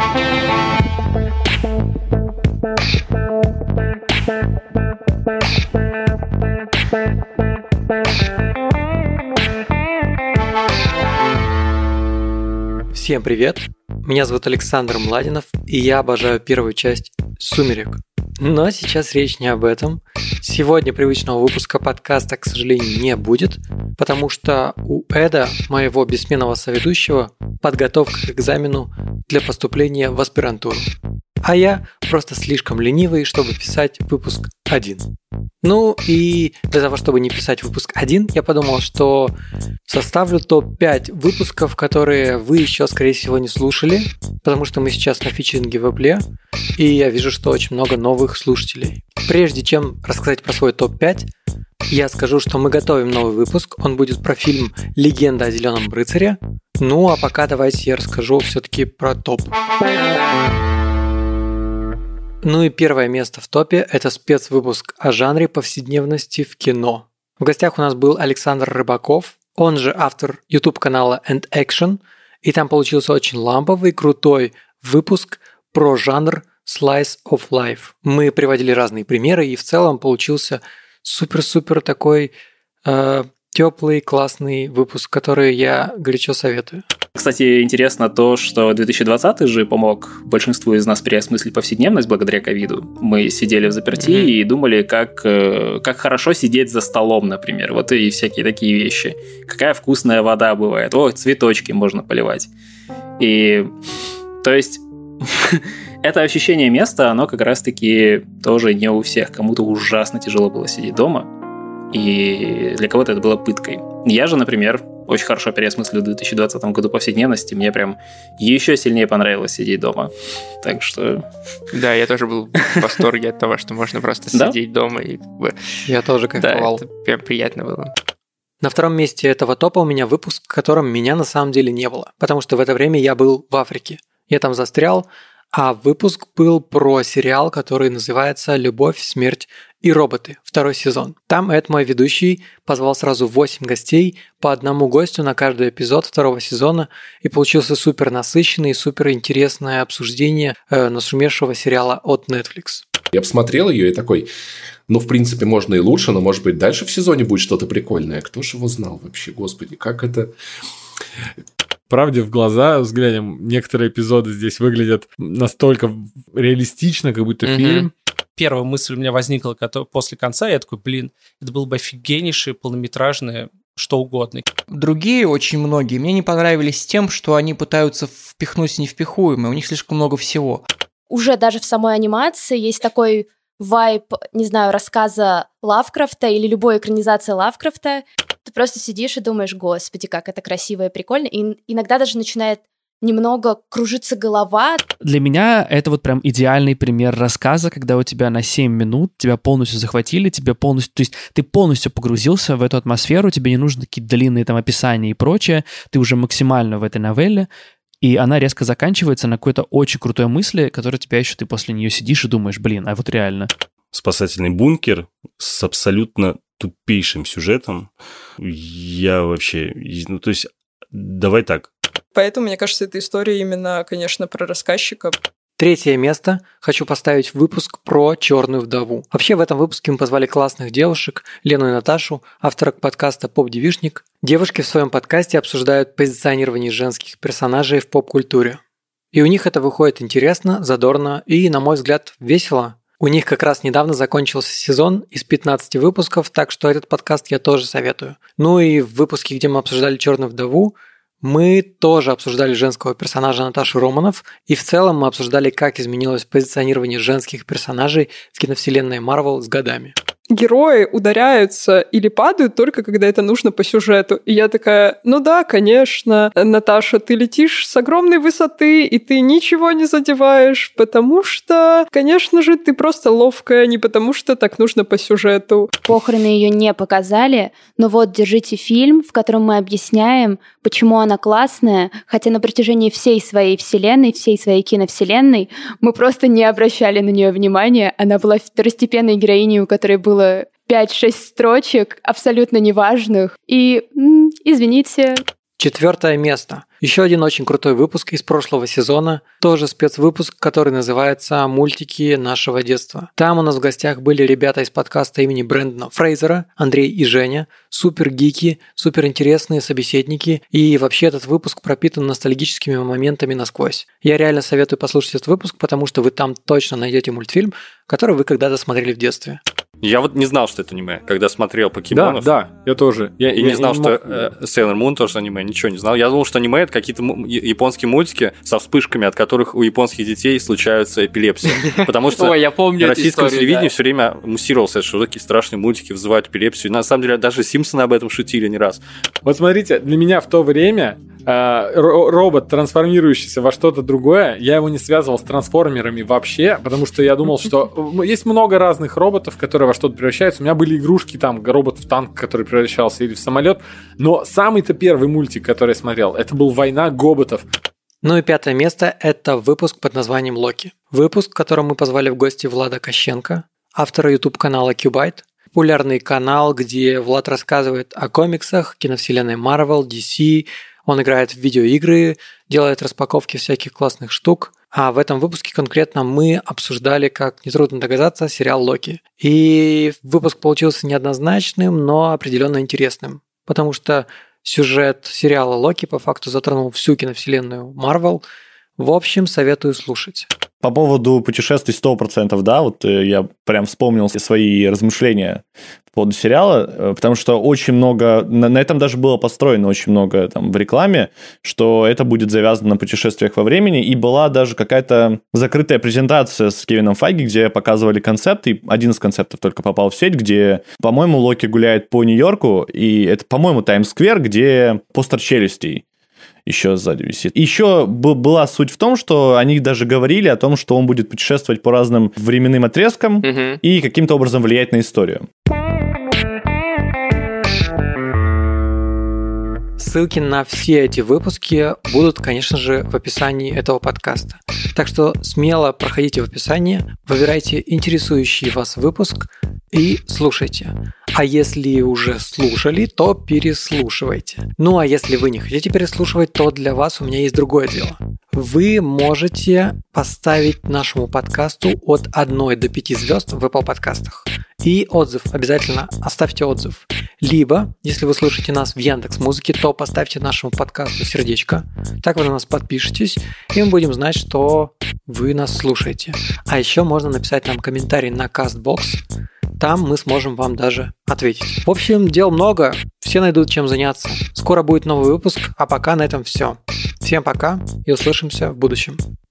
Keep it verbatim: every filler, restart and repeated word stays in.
Всем привет! Меня зовут Александр Младинов, и я обожаю первую часть «Сумерек». Но сейчас речь не об этом. Сегодня привычного выпуска подкаста, к сожалению, не будет, потому что у Эда, моего бессменного соведущего, подготовка к экзамену для поступления в аспирантуру. А я просто слишком ленивый, чтобы писать выпуск один. Ну и для того, чтобы не писать выпуск один, я подумал, что составлю топ пять выпусков, которые вы еще, скорее всего, не слушали, потому что мы сейчас на фичеринге в Apple, и я вижу, что очень много новых слушателей. Прежде чем рассказать про свой топ пять, я скажу, что мы готовим новый выпуск, он будет про фильм «Легенда о Зеленом рыцаре». Ну а пока давайте я расскажу все-таки про топ. Ну и первое место в топе – это спецвыпуск о жанре повседневности в кино. В гостях у нас был Александр Рыбаков, он же автор YouTube-канала And Action, и там получился очень ламповый, крутой выпуск про жанр Slice of Life. Мы приводили разные примеры, и в целом получился супер-супер такой э, теплый, классный выпуск, который я горячо советую. Кстати, интересно то, что две тысячи двадцатый же помог большинству из нас переосмыслить повседневность благодаря ковиду. Мы сидели в заперти mm-hmm. и думали, как, как хорошо сидеть за столом, например. Вот и всякие такие вещи. Какая вкусная вода бывает. О, цветочки можно поливать. И, то есть, это ощущение места, оно как раз-таки тоже не у всех. Кому-то ужасно тяжело было сидеть дома. И для кого-то это было пыткой. Я же, например, очень хорошо переосмыслил в две тысячи двадцатом году повседневности. Мне прям еще сильнее понравилось сидеть дома. Так что... Да, я тоже был в восторге от того, что можно просто сидеть дома. И... Я тоже кайфовал. Да, это прям приятно было. На втором месте этого топа у меня выпуск, в котором меня на самом деле не было. Потому что в это время я был в Африке. Я там застрял, а выпуск был про сериал, который называется «Любовь, смерть и роботы», второй сезон. Там Эд, мой ведущий, позвал сразу восемь гостей, по одному гостю на каждый эпизод второго сезона, и получился супер насыщенный и супер интересное обсуждение э, нашумевшего сериала от Netflix. Я посмотрел ее и такой, ну, в принципе, можно и лучше, но, может быть, дальше в сезоне будет что-то прикольное. Кто ж его знал вообще, господи, как это... Правде в глаза взглянем, некоторые эпизоды здесь выглядят настолько реалистично, как будто mm-hmm. фильм. Первая мысль у меня возникла после конца, я такой, блин, это было бы офигеннейшее полнометражное что угодно. Другие, очень многие, мне не понравились тем, что они пытаются впихнуть невпихуемое, у них слишком много всего. Уже даже в самой анимации есть такой вайб, не знаю, рассказа Лавкрафта или любой экранизации Лавкрафта. Ты просто сидишь и думаешь, господи, как это красиво и прикольно. И иногда даже начинает немного кружиться голова. Для меня это вот прям идеальный пример рассказа, когда у тебя на семь минут тебя полностью захватили, тебя полностью, то есть ты полностью погрузился в эту атмосферу, тебе не нужны какие-то длинные там описания и прочее, ты уже максимально в этой новелле, и она резко заканчивается на какой-то очень крутой мысли, которая тебя еще, ты после нее сидишь и думаешь, блин, а вот реально. Спасательный бункер с абсолютно тупейшим сюжетом. Я вообще... Ну, то есть, давай так. Поэтому, мне кажется, эта история именно, конечно, про рассказчика. Третье место хочу поставить выпуск про «Черную вдову». Вообще в этом выпуске мы позвали классных девушек, Лену и Наташу, авторок подкаста «Поп-девишник». Девушки в своем подкасте обсуждают позиционирование женских персонажей в поп-культуре. И у них это выходит интересно, задорно и, на мой взгляд, весело. У них как раз недавно закончился сезон из пятнадцати выпусков, так что этот подкаст я тоже советую. Ну и в выпуске, где мы обсуждали «Черную вдову», мы тоже обсуждали женского персонажа Наташи Романов, и в целом мы обсуждали, как изменилось позиционирование женских персонажей в киновселенной Marvel с годами. Герои ударяются или падают только когда это нужно по сюжету. И я такая, ну да, конечно, Наташа, ты летишь с огромной высоты, и ты ничего не задеваешь, потому что, конечно же, ты просто ловкая, не потому что так нужно по сюжету. Похороны ее не показали, но вот держите фильм, в котором мы объясняем, почему она классная, хотя на протяжении всей своей вселенной, всей своей киновселенной мы просто не обращали на нее внимания. Она была второстепенной героиней, у которой было пять-шесть строчек, абсолютно неважных. И, м- извините... Четвертое место. Еще один очень крутой выпуск из прошлого сезона. Тоже спецвыпуск, который называется «Мультики нашего детства». Там у нас в гостях были ребята из подкаста имени Брэндона Фрейзера, Андрей и Женя. Супер гики, супер интересные собеседники. И вообще этот выпуск пропитан ностальгическими моментами насквозь. Я реально советую послушать этот выпуск, потому что вы там точно найдете мультфильм, который вы когда-то смотрели в детстве. Я вот не знал, что это аниме, когда смотрел покемонов. Да, да, я тоже. Я, и я, не знал, я не что мог... э, Sailor Moon тоже аниме, ничего не знал. Я думал, что аниме — это какие-то м- японские мультики со вспышками, от которых у японских детей случаются эпилепсия. Потому что на российском телевидении все время муссировался, что такие страшные мультики вызывают эпилепсию. На самом деле, даже Симпсоны об этом шутили не раз. Вот смотрите, для меня в то время э, робот, трансформирующийся во что-то другое, я его не связывал с трансформерами вообще, потому что я думал, что есть много разных роботов, которые во что-то превращаются. У меня были игрушки, там, робот в танк, который превращался, или в самолет. Но самый-то первый мультик, который я смотрел, это был «Война гоботов». Ну и пятое место – это выпуск под названием «Локи». Выпуск, в котором мы позвали в гости Влада Кощенко, автора YouTube-канала Cubite. Популярный канал, где Влад рассказывает о комиксах, киновселенной Marvel, ди си. Он играет в видеоигры, делает распаковки всяких классных штук. А в этом выпуске конкретно мы обсуждали, как нетрудно догадаться, сериал «Локи». И выпуск получился неоднозначным, но определенно интересным. Потому что сюжет сериала «Локи» по факту затронул всю киновселенную Marvel. В общем, советую слушать. По поводу путешествий сто процентов, да, вот я прям вспомнил свои размышления по поводу сериала, потому что очень много, на, на этом даже было построено очень много там в рекламе, что это будет завязано на путешествиях во времени, и была даже какая-то закрытая презентация с Кевином Файги, где показывали концепты, и один из концептов только попал в сеть, где, по-моему, Локи гуляет по Нью-Йорку, и это, по-моему, Таймс-сквер, где постер челюстей еще сзади висит. Еще б- была суть в том, что они даже говорили о том, что он будет путешествовать по разным временным отрезкам mm-hmm. и каким-то образом влиять на историю. Ссылки на все эти выпуски будут, конечно же, в описании этого подкаста. Так что смело проходите в описание, выбирайте интересующий вас выпуск и слушайте. А если уже слушали, то переслушивайте. Ну а если вы не хотите переслушивать, то для вас у меня есть другое дело. Вы можете поставить нашему подкасту от одной до пяти звезд в Apple подкастах. И отзыв, обязательно оставьте отзыв. Либо, если вы слушаете нас в Яндекс.Музыке, то поставьте нашему подкасту сердечко. Так вы на нас подпишетесь, и мы будем знать, что вы нас слушаете. А еще можно написать нам комментарий на CastBox. Там мы сможем вам даже ответить. В общем, дел много, все найдут чем заняться. Скоро будет новый выпуск, а пока на этом все. Всем пока и услышимся в будущем.